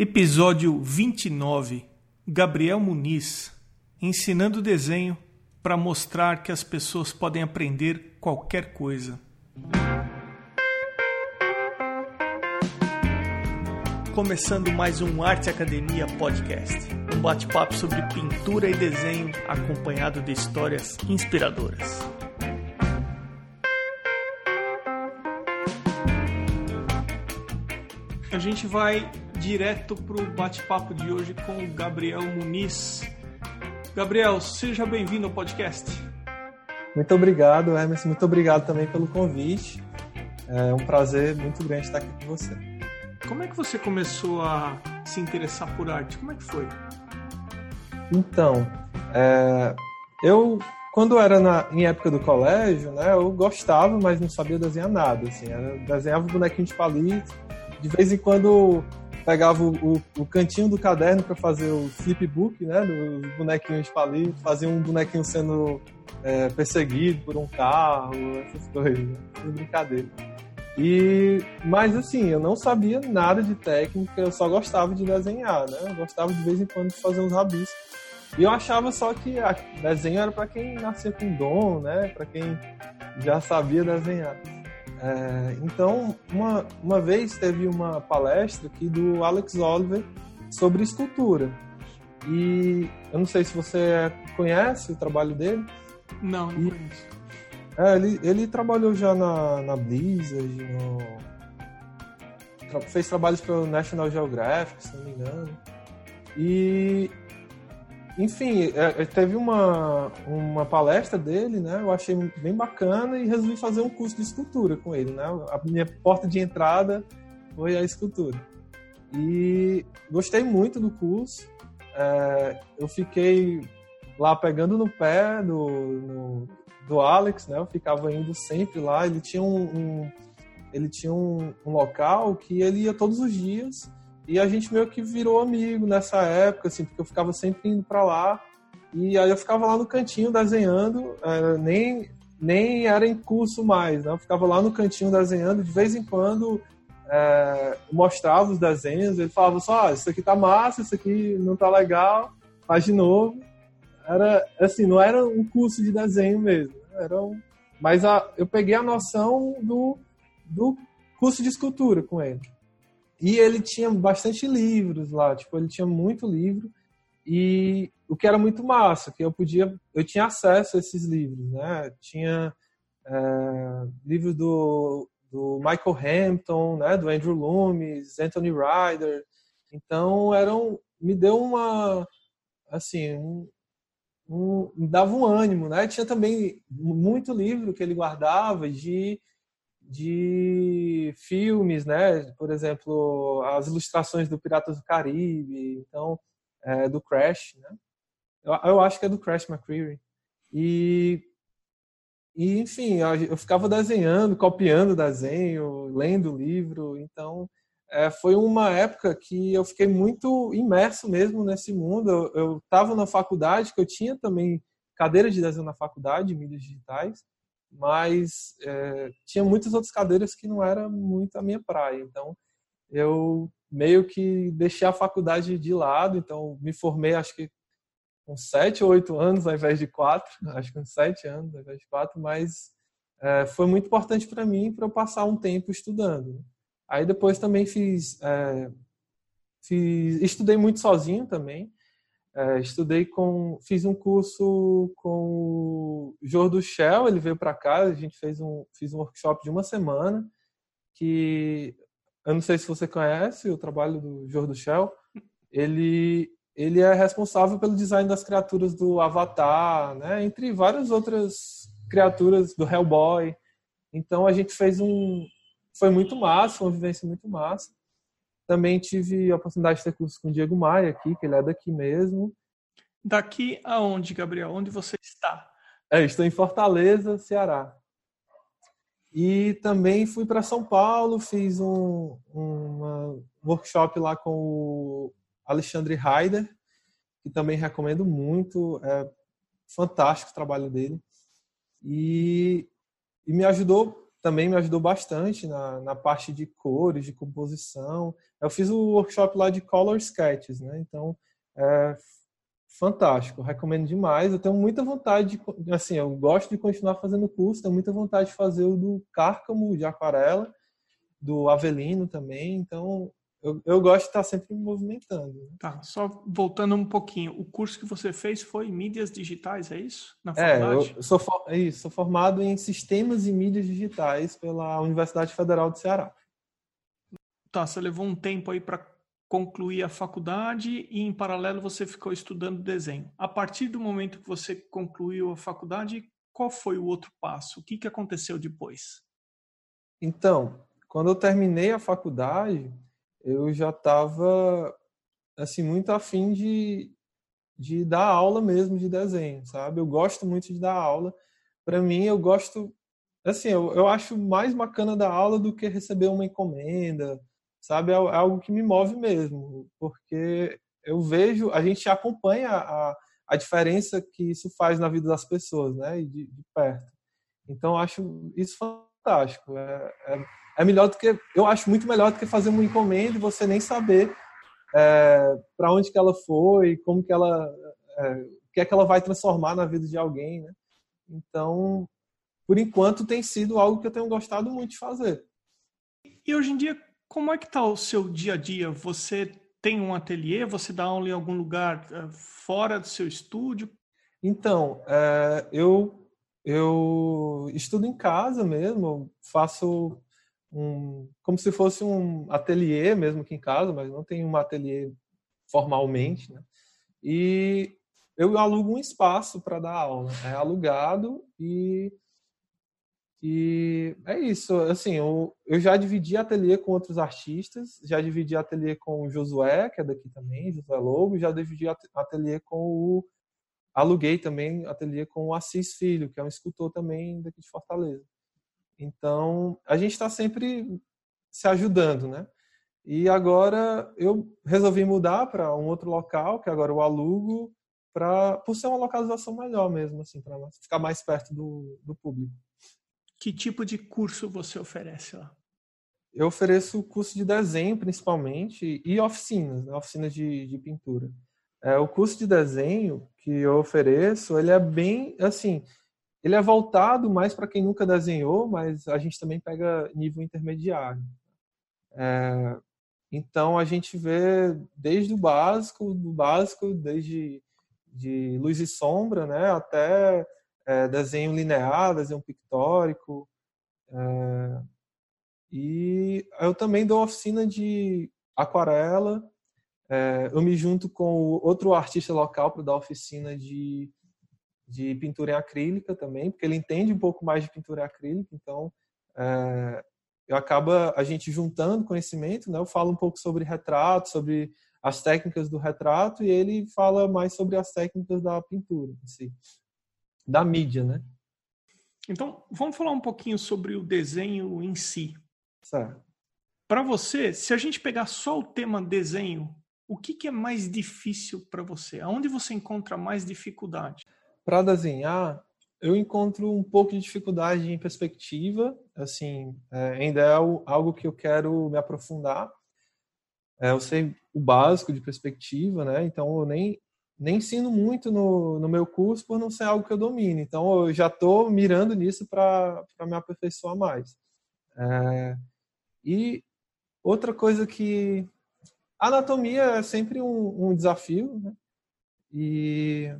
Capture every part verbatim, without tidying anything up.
Episódio vinte e nove. Gabriel Muniz, ensinando desenho para mostrar que as pessoas podem aprender qualquer coisa. Começando mais um Arte Academia Podcast, um bate-papo sobre pintura e desenho acompanhado de histórias inspiradoras. A gente vai direto para o bate-papo de hoje com o Gabriel Muniz. Gabriel, seja bem-vindo ao podcast. Muito obrigado, Emerson. Muito obrigado também pelo convite. É um prazer muito grande estar aqui com você. Como é que você começou a se interessar por arte? Como é que foi? Então, é, eu, quando era na, em época do colégio, né, eu gostava, mas não sabia desenhar nada. Assim, eu desenhava bonequinho de palito. De vez em quando pegava o, o, o cantinho do caderno para fazer o flipbook, né, dos bonequinhos de palito, fazia um bonequinho sendo é, perseguido por um carro, essas coisas, né, brincadeira. E, mas assim, eu não sabia nada de técnica, eu só gostava de desenhar, né, eu gostava de vez em quando de fazer uns rabiscos. E eu achava só que a, desenho era para quem nascia com dom, né, para quem já sabia desenhar. É, então, uma, uma vez teve uma palestra aqui do Alex Oliver sobre escultura. E eu não sei se você conhece o trabalho dele. Não, não e, conheço. É, ele, ele trabalhou já na, na Blizzard, no, tra, fez trabalhos para o National Geographic, se não me engano. E, enfim, é, teve uma, uma palestra dele, né? Eu achei bem bacana e resolvi fazer um curso de escultura com ele, né? A minha porta de entrada foi a escultura. E gostei muito do curso. É, eu fiquei lá pegando no pé do, no, do Alex, né? Eu ficava indo sempre lá. Ele tinha um, um, ele tinha um, um local que ele ia todos os dias. E a gente meio que virou amigo nessa época, assim, porque eu ficava sempre indo para lá. E aí eu ficava lá no cantinho desenhando, é, nem, nem era em curso mais, né? Eu ficava lá no cantinho desenhando, de vez em quando é, mostrava os desenhos, ele falava só, ah, isso aqui tá massa, isso aqui não tá legal, faz de novo. Era, assim, não era um curso de desenho mesmo, era um... mas a, eu peguei a noção do, do curso de escultura com ele. E ele tinha bastante livros lá, tipo, ele tinha muito livro, e o que era muito massa, que eu podia, eu tinha acesso a esses livros, né? Tinha é, livros do, do Michael Hampton, né? Do Andrew Loomis, Anthony Ryder, então eram, me deu uma, assim, um, um, me dava um ânimo, né? Tinha também muito livro que ele guardava de de filmes, né? Por exemplo, as ilustrações do Piratas do Caribe, então, é, do Crash, né? Eu, eu acho que é do Crash McCreary. E, e enfim, eu, eu ficava desenhando, copiando o desenho, lendo o livro, então é, foi uma época que eu fiquei muito imerso mesmo nesse mundo. Eu estava na faculdade, que eu tinha também cadeira de desenho na faculdade, mídias digitais, mas é, tinha muitas outras cadeiras que não era muito a minha praia, então eu meio que deixei a faculdade de lado, então me formei acho que com sete ou oito anos ao invés de quatro, acho que com sete anos ao invés de quatro, mas é, foi muito importante para mim para eu passar um tempo estudando. Aí depois também fiz, é, fiz estudei muito sozinho também. É, estudei com, fiz um curso com o Jordo Shell, ele veio para cá, a gente fez um, fiz um workshop de uma semana, que eu não sei se você conhece o trabalho do Jordo Shell, ele, ele é responsável pelo design das criaturas do Avatar, né, entre várias outras criaturas do Hellboy, então a gente fez um, foi muito massa, uma vivência muito massa. Também tive a oportunidade de ter curso com o Diego Maia aqui, que ele é daqui mesmo. Daqui aonde, Gabriel? Onde você está? É, estou em Fortaleza, Ceará. E também fui para São Paulo, fiz um, um workshop lá com o Alexandre Haider, que também recomendo muito, é fantástico o trabalho dele. E, e me ajudou também me ajudou bastante na, na parte de cores, de composição. Eu fiz o workshop lá de Color Sketches, né? Então, é fantástico, recomendo demais. Eu tenho muita vontade, de, assim, eu gosto de continuar fazendo o curso, tenho muita vontade de fazer o do Cárcamo, de aquarela, do Avelino também, então eu, eu gosto de estar sempre me movimentando. Né? Tá, só voltando um pouquinho, o curso que você fez foi mídias digitais, é isso? Na É, faculdade? eu sou, é isso, sou formado em sistemas e mídias digitais pela Universidade Federal do Ceará. Tá, você levou um tempo aí para concluir a faculdade e em paralelo você ficou estudando desenho. A partir do momento que você concluiu a faculdade, qual foi o outro passo? O que, que aconteceu depois? Então, quando eu terminei a faculdade, eu já estava assim, muito afim de, de dar aula mesmo de desenho, sabe? Eu gosto muito de dar aula. Para mim, eu gosto... Assim, eu, eu acho mais bacana dar aula do que receber uma encomenda, sabe? É algo que me move mesmo, porque eu vejo, a gente acompanha a, a diferença que isso faz na vida das pessoas, né? De, de perto. Então, eu acho isso fantástico. É, é, é melhor do que... Eu acho muito melhor do que fazer uma encomenda e você nem saber é, para onde que ela foi, como que ela... É, o que é que ela vai transformar na vida de alguém, né? Então, por enquanto, tem sido algo que eu tenho gostado muito de fazer. E hoje em dia, como é que está o seu dia a dia? Você tem um ateliê? Você dá aula em algum lugar fora do seu estúdio? Então, é, eu, eu estudo em casa mesmo, faço um, como se fosse um ateliê mesmo aqui em casa, mas não tenho um ateliê formalmente, né? E eu alugo um espaço para dar aula, é alugado e E é isso, assim, eu, eu já dividi ateliê com outros artistas, já dividi ateliê com o Josué, que é daqui também, Josué Lobo, já dividi ateliê com o... Aluguei também ateliê com o Assis Filho, que é um escultor também daqui de Fortaleza. Então, a gente está sempre se ajudando, né? E agora eu resolvi mudar para um outro local, que agora eu alugo, pra, por ser uma localização melhor mesmo, assim, para ficar mais perto do, do público. Que tipo de curso você oferece lá? Eu ofereço curso de desenho, principalmente, e oficinas, né? Oficinas de, de pintura. É, o curso de desenho que eu ofereço, ele é bem, assim, ele é voltado mais para quem nunca desenhou, mas a gente também pega nível intermediário. É, então, a gente vê desde o básico, do básico, desde de luz e sombra, né, até é, desenho linear, desenho pictórico, é, e eu também dou oficina de aquarela. É, eu me junto com outro artista local para dar oficina de, de pintura em acrílica também, porque ele entende um pouco mais de pintura em acrílica. Então, é, eu acaba a gente juntando conhecimento, né? Eu falo um pouco sobre retrato, sobre as técnicas do retrato, e ele fala mais sobre as técnicas da pintura em si, da mídia, né? Então, vamos falar um pouquinho sobre o desenho em si. Certo. Para você, se a gente pegar só o tema desenho, o que, que é mais difícil para você? Aonde você encontra mais dificuldade? Para desenhar, eu encontro um pouco de dificuldade em perspectiva, assim, é, ainda é algo que eu quero me aprofundar. É, eu sei o básico de perspectiva, né? Então eu nem, nem ensino muito no, no meu curso por não ser algo que eu domine. Então eu já estou mirando nisso para me aperfeiçoar mais. É, e outra coisa que... A anatomia é sempre um, um desafio, né? E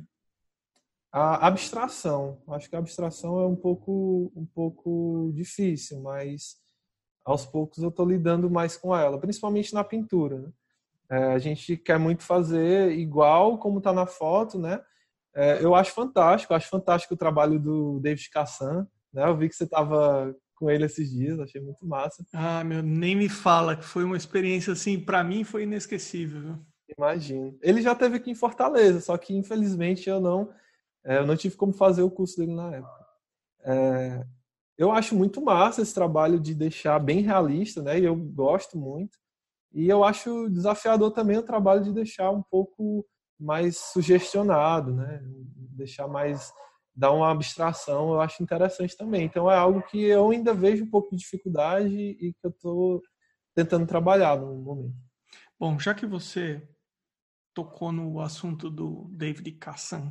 a abstração, acho que a abstração é um pouco, um pouco difícil, mas aos poucos eu estou lidando mais com ela, principalmente na pintura, né? É, a gente quer muito fazer igual como está na foto, né? É, eu acho fantástico, acho fantástico o trabalho do David Cassan, né? Eu vi que você estava com ele esses dias, achei muito massa. Ah, meu, nem me fala, que foi uma experiência assim, para mim foi inesquecível. Viu? Imagino. Ele já esteve aqui em Fortaleza, só que infelizmente eu não, é, eu não tive como fazer o curso dele na época. É, eu acho muito massa esse trabalho de deixar bem realista, né? E eu gosto muito. E eu acho desafiador também o trabalho de deixar um pouco mais sugestionado, né? Deixar mais dar uma abstração, eu acho interessante também. Então é algo que eu ainda vejo um pouco de dificuldade e que eu estou tentando trabalhar no momento. Bom, já que você tocou no assunto do David Cassan,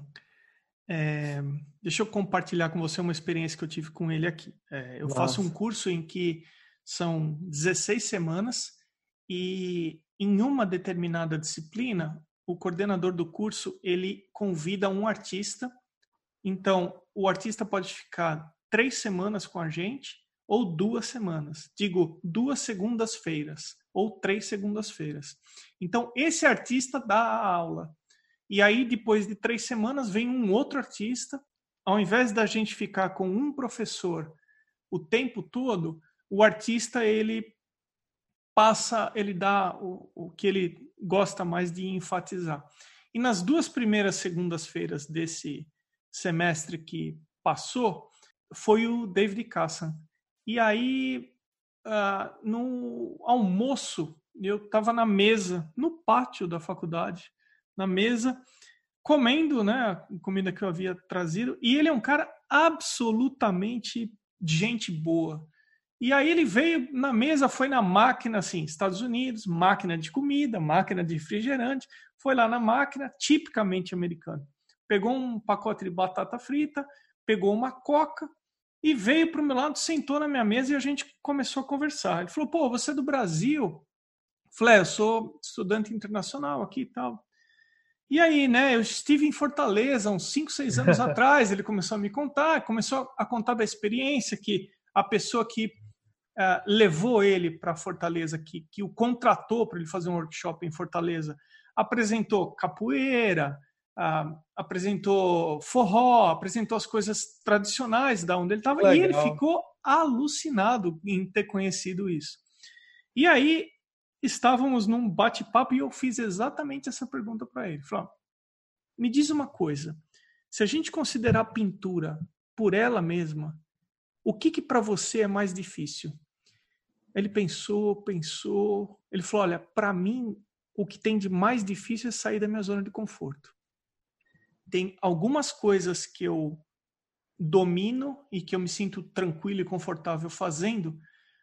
é, deixa eu compartilhar com você uma experiência que eu tive com ele aqui. É, eu Nossa. faço um curso em que são dezesseis semanas e em uma determinada disciplina, o coordenador do curso, ele convida um artista. Então, o artista pode ficar três semanas com a gente ou duas semanas. Digo, duas segundas-feiras ou três segundas-feiras. Então, esse artista dá a aula. E aí, depois de três semanas, vem um outro artista. Ao invés da gente ficar com um professor o tempo todo, o artista, ele passa, ele dá o, o que ele gosta mais de enfatizar. E nas duas primeiras segundas-feiras desse semestre que passou, foi o David Cassan. E aí, uh, no almoço, eu estava na mesa, no pátio da faculdade, na mesa, comendo, né, a comida que eu havia trazido, e ele é um cara absolutamente gente boa. E aí ele veio na mesa, foi na máquina, assim, Estados Unidos, máquina de comida, máquina de refrigerante, foi lá na máquina, tipicamente americano. Pegou um pacote de batata frita, pegou uma coca e veio para o meu lado, sentou na minha mesa e a gente começou a conversar. Ele falou, pô, você é do Brasil? Eu falei, eu sou estudante internacional aqui e tal. E aí, né, eu estive em Fortaleza uns cinco, seis anos atrás, ele começou a me contar, começou a contar da experiência que a pessoa que uh, levou ele para Fortaleza, que, que o contratou para ele fazer um workshop em Fortaleza, apresentou capoeira, uh, apresentou forró, apresentou as coisas tradicionais da onde ele estava, e ele ficou alucinado em ter conhecido isso. E aí, estávamos num bate-papo e eu fiz exatamente essa pergunta para ele. Falei, me diz uma coisa, se a gente considerar a pintura por ela mesma, o que que para você é mais difícil? Ele pensou, pensou, ele falou, olha, para mim o que tem de mais difícil é sair da minha zona de conforto. Tem algumas coisas que eu domino e que eu me sinto tranquilo e confortável fazendo,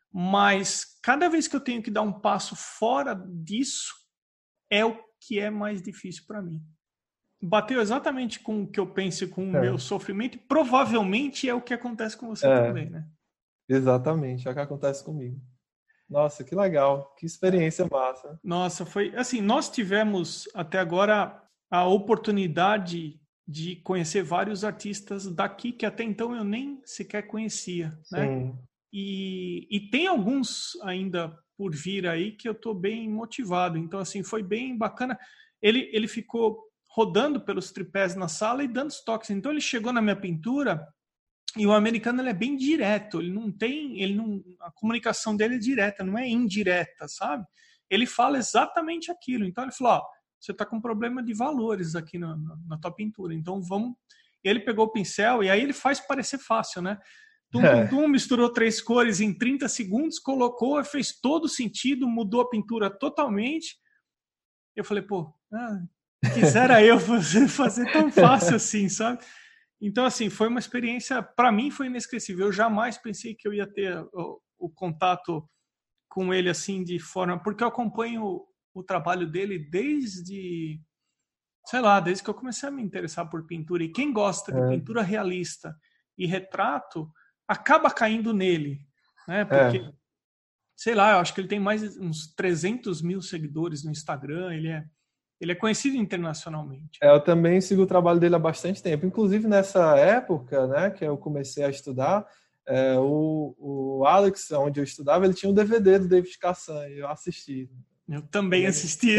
mas cada vez que eu tenho que dar um passo fora disso, é o que é mais difícil para mim. Bateu exatamente com o que eu penso e com o é. meu sofrimento, e provavelmente é o que acontece com você é. também, né? Exatamente, é o que acontece comigo. Nossa, que legal, que experiência massa. Nossa, foi assim, nós tivemos até agora a oportunidade de conhecer vários artistas daqui que até então eu nem sequer conhecia, né? Sim. E, e tem alguns ainda por vir aí que eu estou bem motivado. Então, assim, foi bem bacana. Ele, ele ficou rodando pelos tripés na sala e dando os toques. Então, ele chegou na minha pintura e o americano ele é bem direto. Ele não tem... ele não, a comunicação dele é direta, não é indireta, sabe? Ele fala exatamente aquilo. Então, ele falou, ó, você está com um problema de valores aqui na, na, na tua pintura. Então, vamos... Ele pegou o pincel e aí ele faz parecer fácil, né? Tum, tum, tum, misturou três cores em trinta segundos, colocou, fez todo sentido, mudou a pintura totalmente. Eu falei, pô, ah, quisera eu fazer, fazer tão fácil assim, sabe? Então, assim, foi uma experiência, para mim foi inesquecível. Eu jamais pensei que eu ia ter o, o contato com ele assim de forma... Porque eu acompanho o, o trabalho dele desde, sei lá, desde que eu comecei a me interessar por pintura. E quem gosta de é. pintura realista e retrato... acaba caindo nele, né? Porque, é. sei lá, eu acho que ele tem mais uns trezentos mil seguidores no Instagram, ele é, ele é conhecido internacionalmente. É, eu também sigo o trabalho dele há bastante tempo, inclusive nessa época, né, que eu comecei a estudar, é, o, o Alex, onde eu estudava, ele tinha um D V D do David Cassan, e eu assisti. Eu também assisti.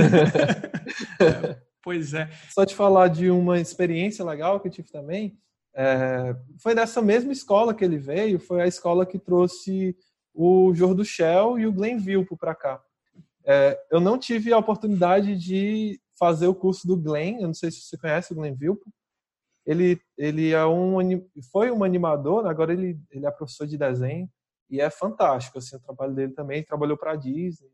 é, pois é. Só te falar de uma experiência legal que eu tive também, É, foi dessa mesma escola que ele veio, foi a escola que trouxe o Jordo Shell e o Glenn Vilpo para cá. É, eu não tive a oportunidade de fazer o curso do Glenn, eu não sei se você conhece o Glenn Vilpo. Ele, ele é um, foi um animador, agora ele, ele é professor de desenho e é fantástico assim, o trabalho dele também. Ele trabalhou para a Disney.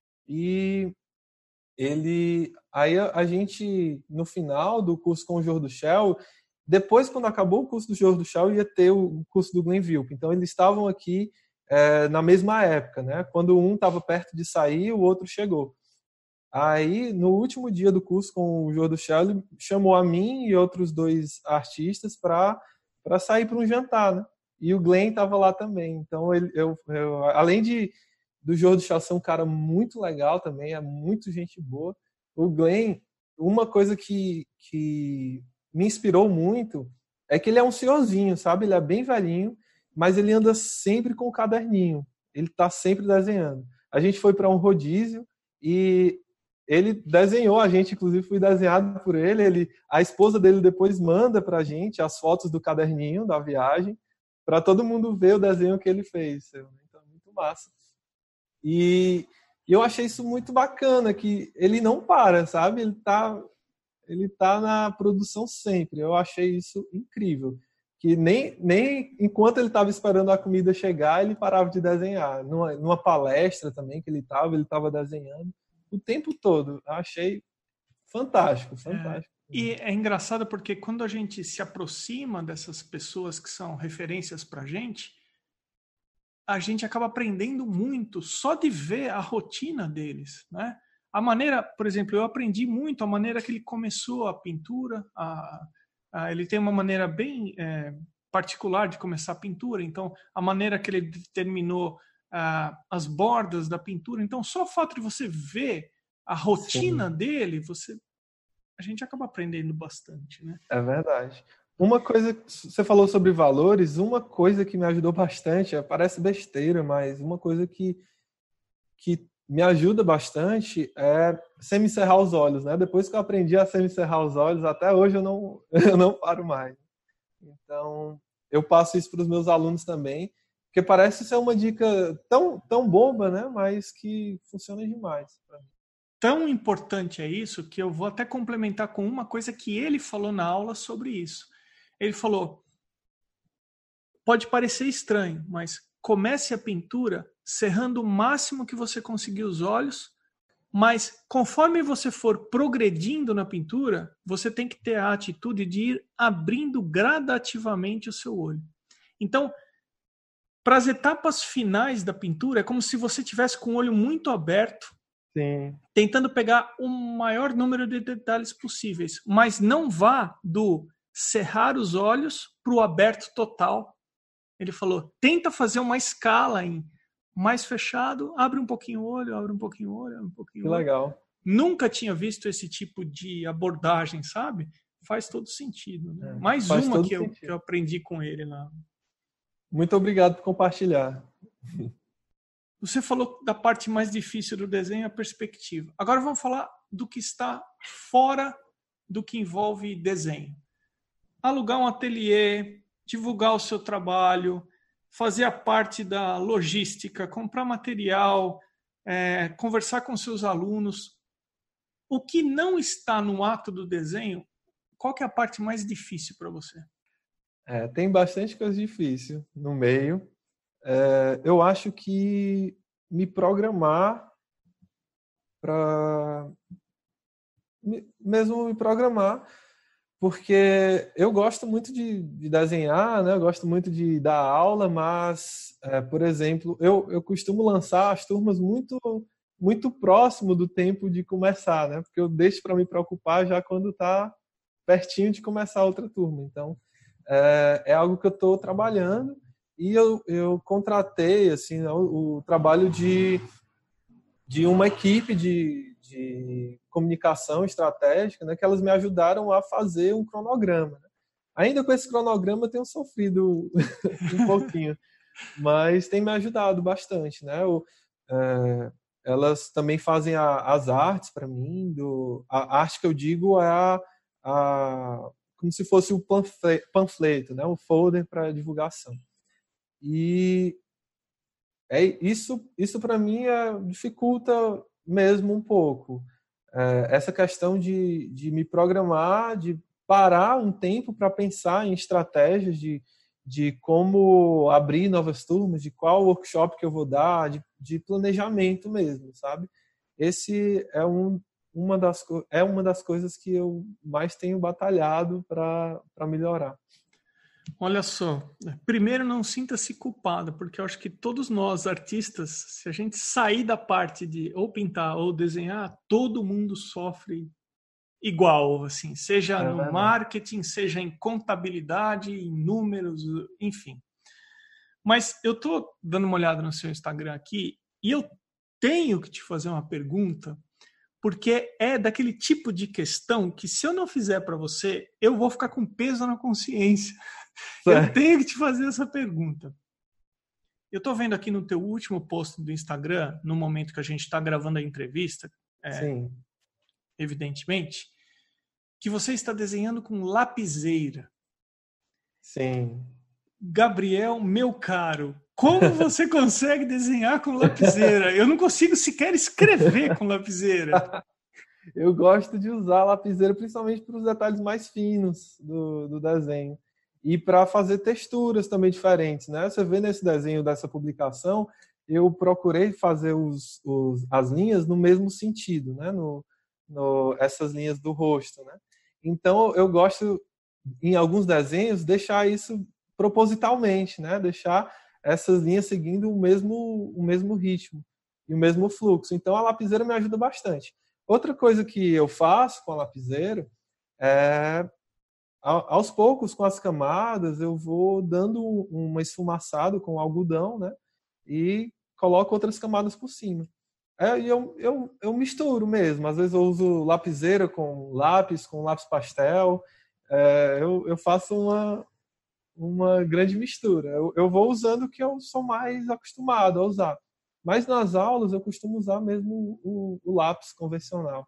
E ele, aí a, a gente, no final do curso com o Jordo Shell, depois, quando acabou o curso do Jordo Shaw, ia ter o curso do Glenn Vilp. Então, eles estavam aqui é, na mesma época, né? Quando um estava perto de sair, o outro chegou. Aí, no último dia do curso com o Jordo Shaw, ele chamou a mim e outros dois artistas para para sair para um jantar, né? E o Glenn estava lá também. Então, ele, eu, eu, além de do Jordo Shaw ser um cara muito legal também, é muito gente boa, o Glenn, uma coisa que, que me inspirou muito é que ele é um senhorzinho, sabe? Ele é bem velhinho, mas ele anda sempre com o caderninho. Ele está sempre desenhando. A gente foi para um rodízio e ele desenhou, a gente inclusive foi desenhado por ele, ele a esposa dele depois manda pra gente as fotos do caderninho da viagem, para todo mundo ver o desenho que ele fez. Então, muito massa. E eu achei isso muito bacana, que ele não para, sabe? Ele tá, ele tá na produção sempre. Eu achei isso incrível. Que nem, nem enquanto ele estava esperando a comida chegar, ele parava de desenhar. Numa, numa palestra também que ele estava, ele estava desenhando o tempo todo. Eu achei fantástico, fantástico. É, e é engraçado porque quando a gente se aproxima dessas pessoas que são referências para a gente, a gente acaba aprendendo muito só de ver a rotina deles, né? A maneira, por exemplo, eu aprendi muito a maneira que ele começou a pintura. A, a, ele tem uma maneira bem é, particular de começar a pintura. Então, a maneira que ele determinou Uh, as bordas da pintura. Então, só o fato de você ver a rotina Sim. dele, você, a gente acaba aprendendo bastante, né? É verdade. Uma coisa, você falou sobre valores, uma coisa que me ajudou bastante, parece besteira, mas uma coisa que, que me ajuda bastante é semicerrar os olhos, né? Depois que eu aprendi a semicerrar os olhos, até hoje eu não, eu não paro mais. Então, eu passo isso para os meus alunos também, porque parece ser uma dica tão, tão boba, né? Mas que funciona demais. Tão importante é isso que eu vou até complementar com uma coisa que ele falou na aula sobre isso. Ele falou, pode parecer estranho, mas comece a pintura cerrando o máximo que você conseguir os olhos, mas conforme você for progredindo na pintura, você tem que ter a atitude de ir abrindo gradativamente o seu olho. Então, para as etapas finais da pintura, é como se você tivesse com o olho muito aberto, Sim. tentando pegar o maior número de detalhes possíveis, mas não vá do cerrar os olhos para o aberto total. Ele falou, tenta fazer uma escala em mais fechado, abre um pouquinho o olho, abre um pouquinho o olho, abre um pouquinho o olho. Que legal. Nunca tinha visto esse tipo de abordagem, sabe? Faz todo sentido. Né? É, Mais uma que eu, que eu aprendi com ele lá. Muito obrigado por compartilhar. Você falou da parte mais difícil do desenho, a perspectiva. Agora vamos falar do que está fora do que envolve desenho. Alugar um ateliê, divulgar o seu trabalho, fazer a parte da logística, comprar material, é, conversar com seus alunos. O que não está no ato do desenho, qual que é a parte mais difícil para você? É, tem bastante coisa difícil no meio. É, eu acho que me programar para mesmo me programar, porque eu gosto muito de, de desenhar, né? Eu gosto muito de dar aula, mas, é, por exemplo, eu, eu costumo lançar as turmas muito, muito próximo do tempo de começar, né? Porque eu deixo para me preocupar já quando está pertinho de começar outra turma. Então, é, é algo que eu estou trabalhando. E eu, eu contratei assim, o, o trabalho de, de uma equipe de, de comunicação estratégica, né, que elas me ajudaram a fazer um cronograma. Né? Ainda com esse cronograma eu tenho sofrido um pouquinho, mas tem me ajudado bastante. Né? Eu, é, elas também fazem a, as artes para mim. Do, a arte que eu digo é a, a, como se fosse o panfleto, panfleto né? O folder para divulgação. E é isso, isso para mim é, dificulta mesmo um pouco. É, essa questão de, de me programar, de parar um tempo para pensar em estratégias de, de como abrir novas turmas, de qual workshop que eu vou dar, de, de planejamento mesmo, sabe? Esse é um, uma das, é uma das coisas que eu mais tenho batalhado para melhorar. Olha só, primeiro não sinta-se culpado, porque eu acho que todos nós, artistas, se a gente sair da parte de ou pintar ou desenhar, todo mundo sofre igual, assim, seja É no verdade. marketing, seja em contabilidade, em números, enfim. Mas eu estou dando uma olhada no seu Instagram aqui e eu tenho que te fazer uma pergunta, porque é daquele tipo de questão que se eu não fizer para você, eu vou ficar com peso na consciência. Certo. Eu tenho que te fazer essa pergunta. Eu estou vendo aqui no teu último post do Instagram, no momento que a gente está gravando a entrevista, é, Sim. evidentemente, que você está desenhando com lapiseira. Sim. Gabriel, meu caro, como você consegue desenhar com lapiseira? Eu não consigo sequer escrever com lapiseira. Eu gosto de usar a lapiseira principalmente para os detalhes mais finos do, do desenho. E para fazer texturas também diferentes, né? Você vê nesse desenho dessa publicação, eu procurei fazer os, os, as linhas no mesmo sentido, né? No, no, essas linhas do rosto, né? Então, eu gosto, em alguns desenhos, deixar isso propositalmente, né? Deixar essas linhas seguindo o mesmo, o mesmo ritmo e o mesmo fluxo. Então, a lapiseira me ajuda bastante. Outra coisa que eu faço com a lapiseira é, aos poucos, com as camadas, eu vou dando uma esfumaçada com algodão, né? E coloco outras camadas por cima. É, e eu, eu, eu misturo mesmo. Às vezes eu uso lapiseira com lápis, com lápis pastel. É, eu, eu faço uma, uma grande mistura. Eu, eu vou usando o que eu sou mais acostumado a usar. Mas nas aulas eu costumo usar mesmo o, o lápis convencional.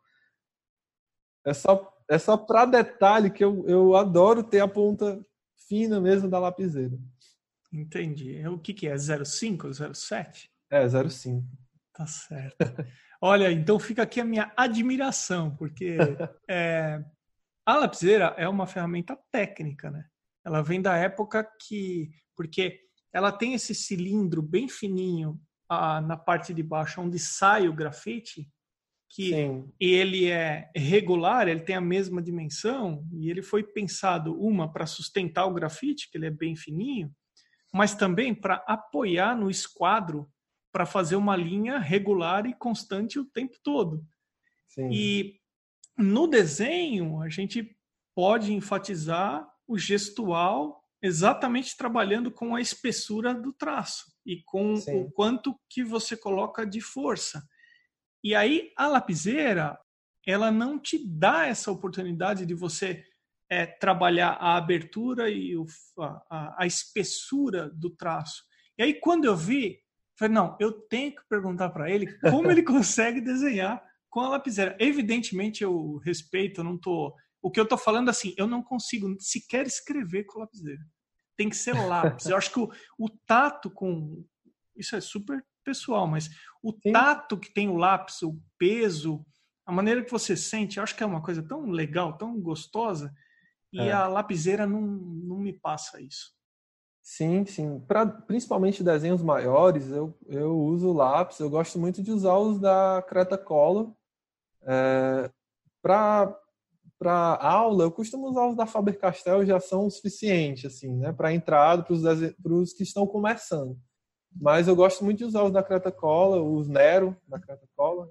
É só, é só para detalhe que eu, eu adoro ter a ponta fina mesmo da lapiseira. Entendi. O que, que é? zero cinco, zero sete? É, zero vírgula cinco. Tá certo. Olha, então fica aqui a minha admiração, porque é, a lapiseira é uma ferramenta técnica, né? Ela vem da época que... Porque ela tem esse cilindro bem fininho ah, na parte de baixo, onde sai o grafite, que Sim. ele é regular, ele tem a mesma dimensão, e ele foi pensado, uma, para sustentar o grafite, que ele é bem fininho, mas também para apoiar no esquadro, para fazer uma linha regular e constante o tempo todo. Sim. E no desenho, a gente pode enfatizar o gestual exatamente trabalhando com a espessura do traço e com Sim. o quanto que você coloca de força. E aí a lapiseira, ela não te dá essa oportunidade de você é, trabalhar a abertura e o, a, a espessura do traço. E aí quando eu vi, falei, não, eu tenho que perguntar para ele como ele consegue desenhar com a lapiseira. Evidentemente eu respeito, eu não tô... O que eu tô falando assim, eu não consigo sequer escrever com lapiseira. Tem que ser lápis. Eu acho que o, o tato com... Isso é super pessoal, mas o Sim. tato que tem o lápis, o peso, a maneira que você sente, eu acho que é uma coisa tão legal, tão gostosa, e É. a lapiseira não, não me passa isso. Sim, sim. Pra, principalmente desenhos maiores, eu, eu uso lápis. Eu gosto muito de usar os da Cretacolor. É, para para aula, eu costumo usar os da Faber-Castell, já são o suficiente, assim, né? Para entrada, para os que estão começando. Mas eu gosto muito de usar os da Cretacolor, os Nero da Cretacolor.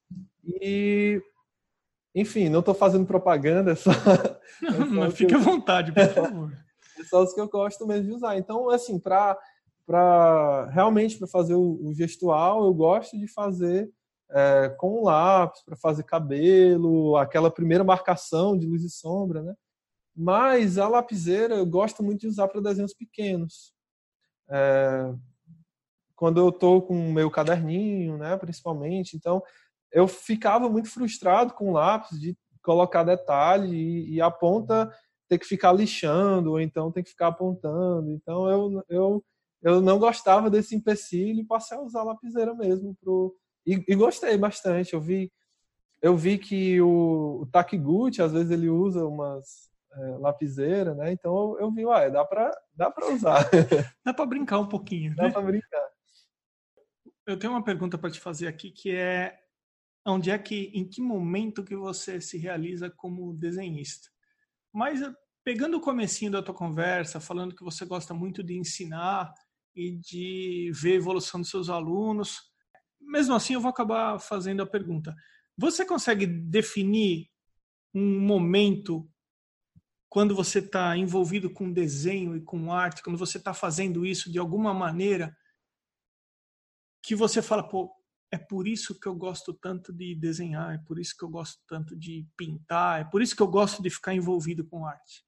E, enfim, não estou fazendo propaganda, é só... Não, é só não, o que fique eu- à vontade, por favor. É só os que eu gosto mesmo de usar. Então, assim, para para realmente para fazer o, o gestual, eu gosto de fazer é, com lápis, para fazer cabelo, aquela primeira marcação de luz e sombra, né? Mas a lapiseira eu gosto muito de usar para desenhos pequenos. É, quando eu estou com o meu caderninho, né, principalmente, então eu ficava muito frustrado com o lápis de colocar detalhe e, e a ponta ter que ficar lixando, ou então ter que ficar apontando. Então eu, eu, eu não gostava desse empecilho e passei a usar a lapiseira mesmo. Pro... E, e gostei bastante. Eu vi, eu vi que o, o Takiguchi, às vezes ele usa umas é, lapiseiras, né? Então eu, eu vi, ué, dá para dá para usar. Dá para brincar um pouquinho, Dá né? para brincar. Eu tenho uma pergunta para te fazer aqui que é onde é que, em que momento que você se realiza como desenhista. Mas pegando o comecinho da tua conversa, falando que você gosta muito de ensinar e de ver a evolução dos seus alunos, mesmo assim eu vou acabar fazendo a pergunta. Você consegue definir um momento quando você está envolvido com desenho e com arte, quando você está fazendo isso de alguma maneira, que você fala, pô, é por isso que eu gosto tanto de desenhar, é por isso que eu gosto tanto de pintar, é por isso que eu gosto de ficar envolvido com arte?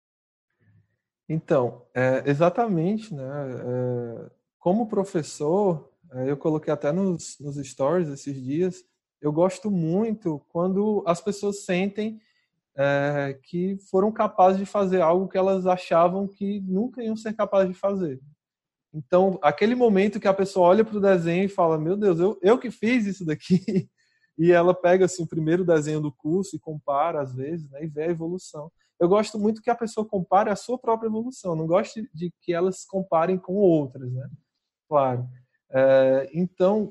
Então, é, exatamente, né? É, como professor, é, eu coloquei até nos, nos stories esses dias, eu gosto muito quando as pessoas sentem é, que foram capazes de fazer algo que elas achavam que nunca iam ser capazes de fazer. Então, aquele momento que a pessoa olha para o desenho e fala, meu Deus, eu, eu que fiz isso daqui, e ela pega assim, o primeiro desenho do curso e compara, às vezes, né, e vê a evolução. Eu gosto muito que a pessoa compare a sua própria evolução, não gosto de que elas comparem com outras, né? Claro. É, então,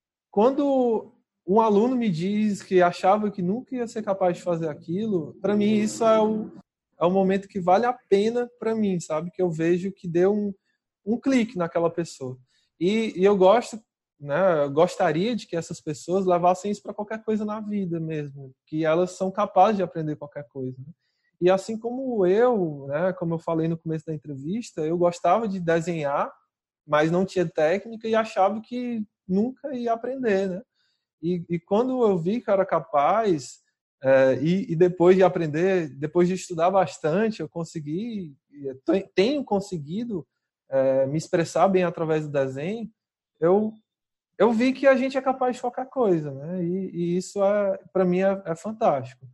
quando um aluno me diz que achava que nunca ia ser capaz de fazer aquilo, para mim isso é o, é o momento que vale a pena para mim, sabe? Que eu vejo que deu um, um clique naquela pessoa. E, e eu gosto, né? Eu gostaria de que essas pessoas levassem isso para qualquer coisa na vida mesmo, que elas são capazes de aprender qualquer coisa. Né? E assim como eu, né? Como eu falei no começo da entrevista, eu gostava de desenhar, mas não tinha técnica e achava que nunca ia aprender, né? E, e quando eu vi que eu era capaz, é, e, e depois de aprender, depois de estudar bastante, eu consegui, tenho conseguido é, me expressar bem através do desenho, eu, eu vi que a gente é capaz de qualquer coisa, né? E, e isso, é, para mim, é, é fantástico.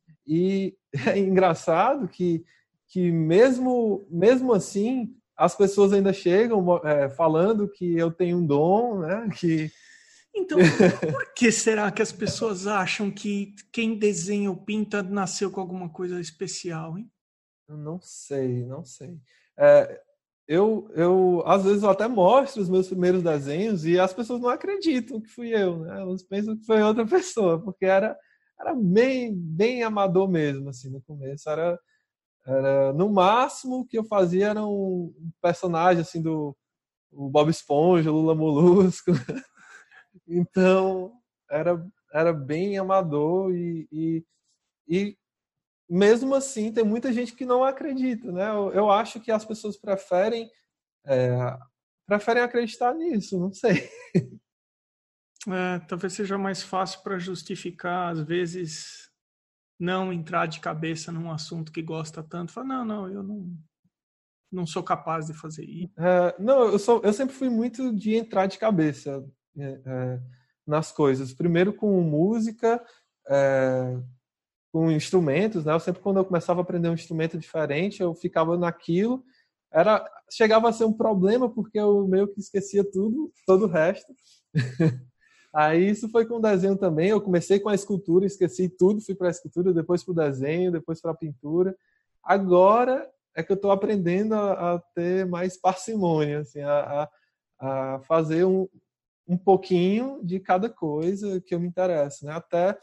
E é engraçado que, que mesmo, mesmo assim, as pessoas ainda chegam é, falando que eu tenho um dom, né? Que... Então, por que será que as pessoas acham que quem desenha ou pinta nasceu com alguma coisa especial, hein? Eu não sei, não sei. É, eu, eu, às vezes, eu até mostro os meus primeiros desenhos e as pessoas não acreditam que fui eu, né? Elas pensam que foi outra pessoa, porque era, era bem, bem amador mesmo, assim, no começo. Era, era, no máximo, o que eu fazia era um personagem, assim, do o Bob Esponja, Lula Molusco. Então, era, era bem amador e, e, e mesmo assim tem muita gente que não acredita, né? Eu, eu acho que as pessoas preferem é, preferem acreditar nisso, não sei. É, talvez seja mais fácil para justificar, às vezes, não entrar de cabeça num assunto que gosta tanto. Fala, não, não, eu não, não sou capaz de fazer isso. É, não, eu, sou, eu sempre fui muito de entrar de cabeça é, é, nas coisas. Primeiro com música, é, com instrumentos, né? Eu sempre, quando eu começava a aprender um instrumento diferente, eu ficava naquilo. Era, chegava a ser um problema, porque eu meio que esquecia tudo, todo o resto. Aí isso foi com o desenho também. Eu comecei com a escultura, esqueci tudo, fui para a escultura, depois para o desenho, depois para a pintura. Agora é que eu estou aprendendo a, a ter mais parcimônia, assim, a, a, a fazer um, um pouquinho de cada coisa que eu me interessa, né? Até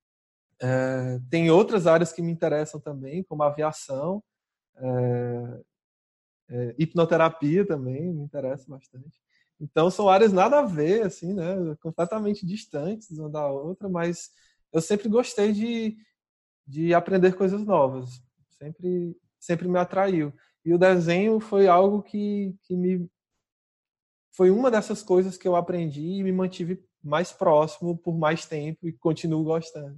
é, tem outras áreas que me interessam também, como aviação, é, é, hipnoterapia também me interessa bastante. Então são áreas nada a ver, assim, né? Completamente distantes uma da outra, mas eu sempre gostei de, de aprender coisas novas. Sempre, sempre me atraiu. E o desenho foi algo que, que me foi uma dessas coisas que eu aprendi e me mantive mais próximo por mais tempo e continuo gostando.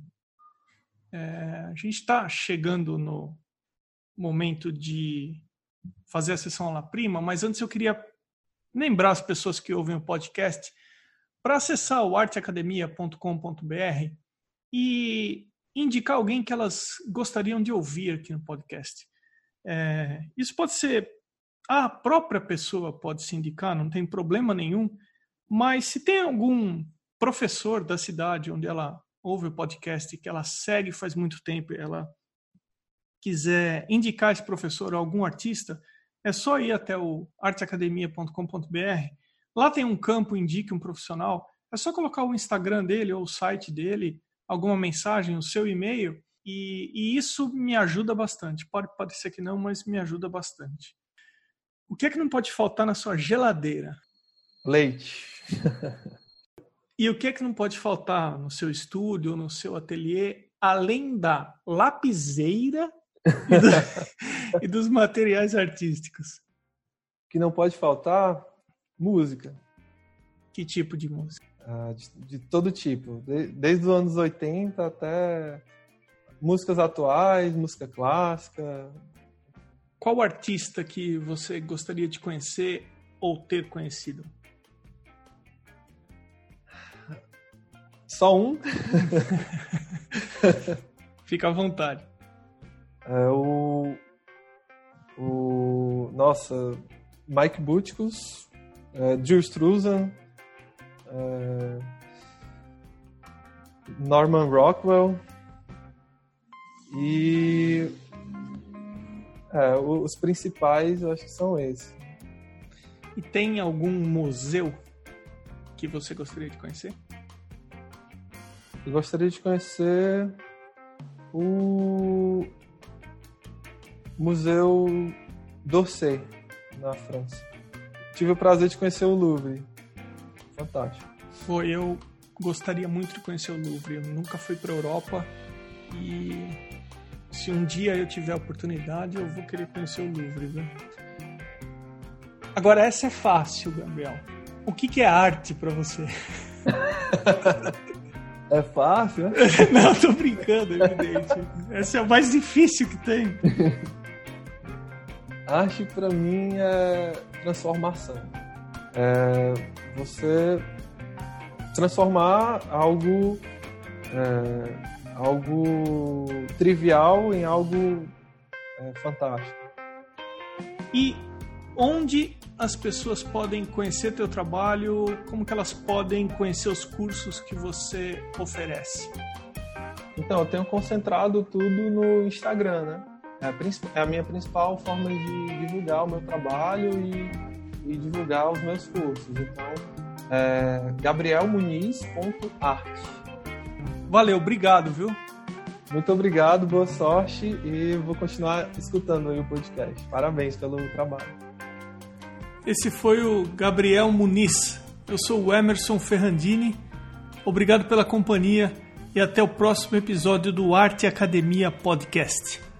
É, a gente está chegando no momento de fazer a sessão La Prima, mas antes eu queria lembrar as pessoas que ouvem o podcast para acessar o arte academia ponto com ponto b r e indicar alguém que elas gostariam de ouvir aqui no podcast. É, isso pode ser a própria pessoa pode se indicar, não tem problema nenhum, mas se tem algum professor da cidade onde ela ouve o podcast, que ela segue faz muito tempo, ela quiser indicar esse professor a algum artista, é só ir até o arte academia ponto com ponto b r. Lá tem um campo Indique um Profissional. É só colocar o Instagram dele ou o site dele, alguma mensagem, o seu e-mail, e, e isso me ajuda bastante. Pode parecer que não, mas me ajuda bastante. O que é que não pode faltar na sua geladeira? Leite. E o que é que não pode faltar no seu estúdio ou no seu ateliê, além da lapiseira e, do, e dos materiais artísticos? O que não pode faltar? Música. Que tipo de música? Ah, de, de todo tipo. De, desde os anos oitenta até músicas atuais, música clássica. Qual artista que você gostaria de conhecer ou ter conhecido? Só um? Fica à vontade. É o... o nossa, Mike Butkos, é, Jill Struzan, é, Norman Rockwell e é, os principais eu acho que são esses. E tem algum museu que você gostaria de conhecer? Eu gostaria de conhecer o Museu d'Orsay, na França. Tive o prazer de conhecer o Louvre. Fantástico. Foi, eu gostaria muito de conhecer o Louvre. Eu nunca fui para a Europa e se um dia eu tiver a oportunidade, eu vou querer conhecer o Louvre, viu? Agora, essa é fácil, Gabriel. O que, que é arte para você? É fácil, né? Não, tô brincando, é evidente. Essa é a mais difícil que tem. Arte, para mim, é transformação. É você transformar algo, é, algo trivial em algo é, fantástico. E onde as pessoas podem conhecer teu trabalho? Como que elas podem conhecer os cursos que você oferece? Então, eu tenho concentrado tudo no Instagram, né? É a minha principal forma de divulgar o meu trabalho e, e divulgar os meus cursos. Então, é gabriel muniz ponto art. Valeu, obrigado, viu? Muito obrigado, boa sorte e vou continuar escutando aí o podcast. Parabéns pelo trabalho. Esse foi o Gabriel Muniz. Eu sou o Emerson Ferrandini. Obrigado pela companhia e até o próximo episódio do Arte Academia Podcast.